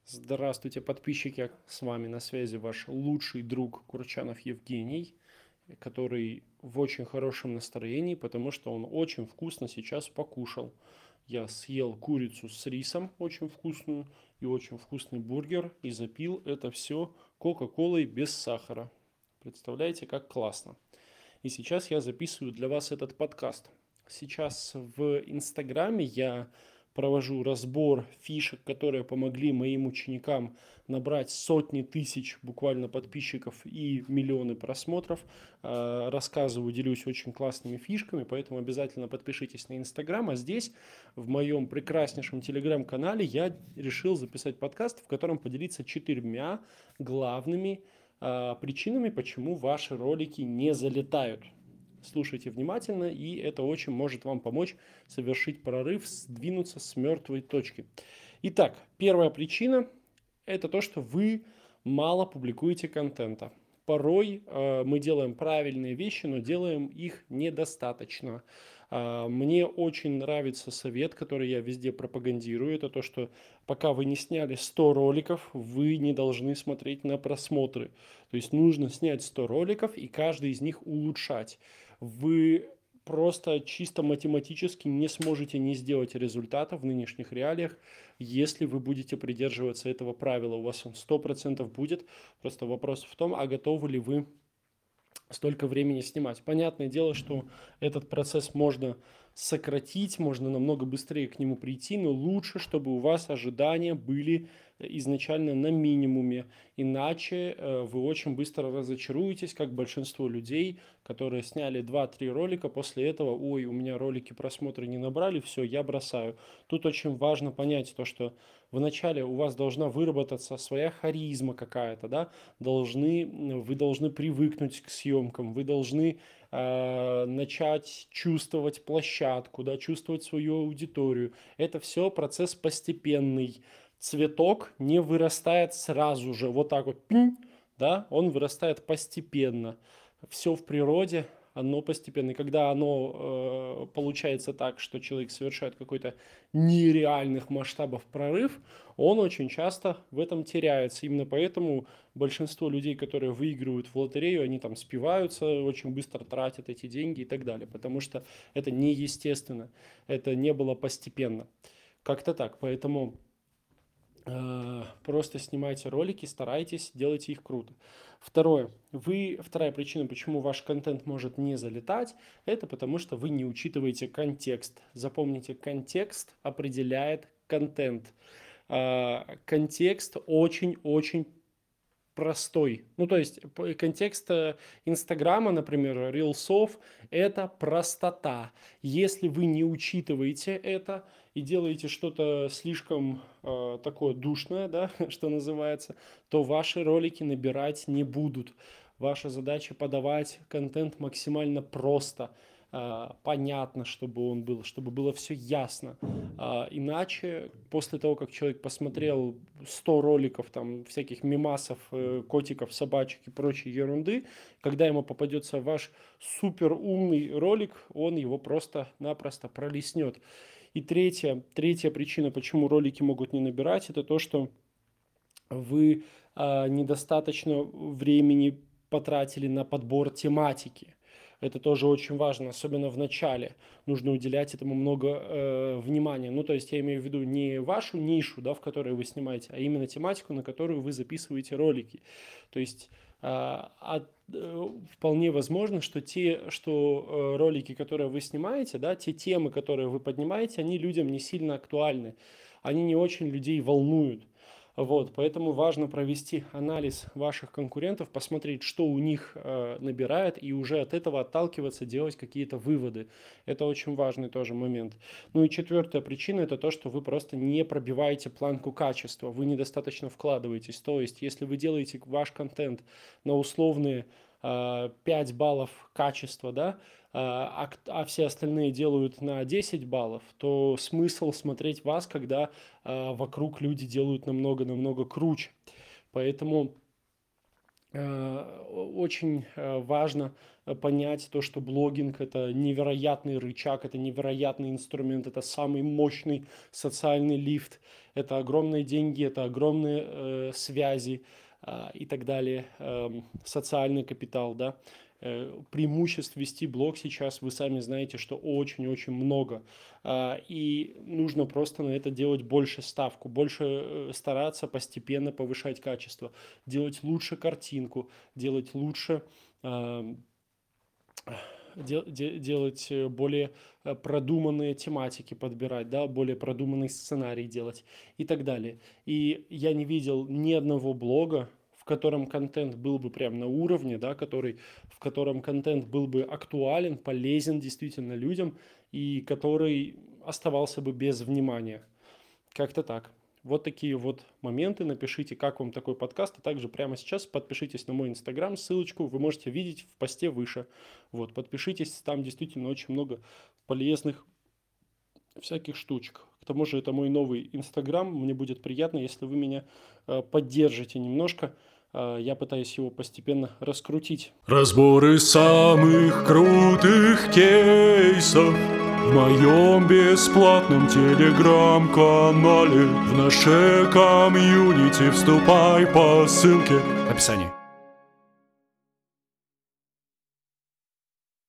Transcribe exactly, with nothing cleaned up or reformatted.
Здравствуйте, подписчики! С вами на связи ваш лучший друг Курчанов Евгений, который в очень хорошем настроении, потому что он очень вкусно сейчас покушал. Я съел курицу с рисом, очень вкусную, и очень вкусный бургер, и запил это все кока-колой без сахара. Представляете, как классно. И сейчас я записываю для вас этот подкаст. Сейчас в Инстаграме я провожу разбор фишек, которые помогли моим ученикам набрать сотни тысяч буквально подписчиков и миллионы просмотров. Э, Рассказываю, делюсь очень классными фишками, поэтому обязательно подпишитесь на Инстаграм. А здесь, в моем прекраснейшем Телеграм-канале, я решил записать подкаст, в котором поделиться четырьмя главными э, причинами, почему ваши ролики не залетают. Слушайте внимательно, и это очень может вам помочь совершить прорыв, сдвинуться с мертвой точки. Итак, первая причина – это то, что вы мало публикуете контента. Порой э, мы делаем правильные вещи, но делаем их недостаточно. Э, мне очень нравится совет, который я везде пропагандирую. Это то, что пока вы не сняли сто роликов, вы не должны смотреть на просмотры. То есть нужно снять сто роликов и каждый из них улучшать. Вы просто чисто математически не сможете не сделать результата в нынешних реалиях, если вы будете придерживаться этого правила. У вас он сто процентов будет. Просто вопрос в том, а готовы ли вы столько времени снимать. Понятное дело, что этот процесс можно сократить, можно намного быстрее к нему прийти, но лучше, чтобы у вас ожидания были изначально на минимуме, иначе э, вы очень быстро разочаруетесь, как большинство людей, которые сняли два-три ролика, после этого, ой, у меня ролики просмотры не набрали, все, я бросаю. Тут очень важно понять то, что вначале у вас должна выработаться своя харизма какая-то, да, должны, вы должны привыкнуть к съемкам, вы должны э, начать чувствовать площадку, да, чувствовать свою аудиторию. Это все процесс постепенный. Цветок не вырастает сразу же, вот так вот, пинь, да, он вырастает постепенно. Все в природе, оно постепенно. И когда оно э, получается так, что человек совершает какой-то нереальных масштабов прорыв, он очень часто в этом теряется. Именно поэтому большинство людей, которые выигрывают в лотерею, они там спиваются, очень быстро тратят эти деньги и так далее, потому что это неестественно, это не было постепенно. Как-то так, поэтому э, просто снимайте ролики, старайтесь, делайте их круто. Второе. Вы, вторая причина, почему ваш контент может не залетать, это потому что вы не учитываете контекст. Запомните, контекст определяет контент. Э, контекст очень-очень простой. Ну, то есть п- контекст э, Инстаграма, например, рилсов – это простота. Если вы не учитываете это и делаете что-то слишком э, такое душное, да, что называется, то ваши ролики набирать не будут. Ваша задача подавать контент максимально просто, э, понятно, чтобы он был, чтобы было все ясно. А, иначе, после того, как человек посмотрел сто роликов, там, всяких мемасов, э, котиков, собачек и прочей ерунды, когда ему попадется ваш супер умный ролик, он его просто-напросто пролистнет. И третья, третья причина, почему ролики могут не набирать, это то, что вы а, недостаточно времени потратили на подбор тематики. Это тоже очень важно, особенно в начале. Нужно уделять этому много э, внимания. Ну, то есть я имею в виду не вашу нишу, да, в которой вы снимаете, а именно тематику, на которую вы записываете ролики. То есть а, от, э, вполне возможно, что те, что э, ролики, которые вы снимаете, да, те темы, которые вы поднимаете, они людям не сильно актуальны. Они не очень людей волнуют. Вот, поэтому важно провести анализ ваших конкурентов, посмотреть, что у них э, набирает, и уже от этого отталкиваться, делать какие-то выводы. Это очень важный тоже момент. Ну и четвертая причина – это то, что вы просто не пробиваете планку качества, вы недостаточно вкладываетесь. То есть, если вы делаете ваш контент на условные э, пять баллов качества, да, а, а все остальные делают на десять баллов, то смысл смотреть вас, когда а, вокруг люди делают намного-намного круче. Поэтому Э, Очень э, важно э, понять то, что блогинг — это невероятный рычаг, это невероятный инструмент, это самый мощный социальный лифт, это огромные деньги, это огромные э, связи а, и так далее, эм, социальный капитал, да. Э, Преимуществ вести блог сейчас, вы сами знаете, что очень-очень много. А, И нужно просто на это делать больше ставку, больше э, стараться постепенно повышать качество, делать лучше картинку, делать лучше, а, де- де- делать э, более э, продуманные тематики подбирать, да, более продуманный сценарий делать и так далее. И я не видел ни одного блога, в котором контент был бы прям на уровне, да, который, в котором контент был бы актуален, полезен действительно людям и который оставался бы без внимания. Как-то так. Вот такие вот моменты. Напишите, как вам такой подкаст, а также прямо сейчас подпишитесь на мой инстаграм, ссылочку вы можете видеть в посте выше. Вот, подпишитесь, там действительно очень много полезных всяких штучек. К тому же это мой новый инстаграм, мне будет приятно, если вы меня э, поддержите немножко. Э, я пытаюсь его постепенно раскрутить. Разборы самых крутых кейсов в моем бесплатном телеграм-канале. В наше комьюнити вступай по ссылке в описании.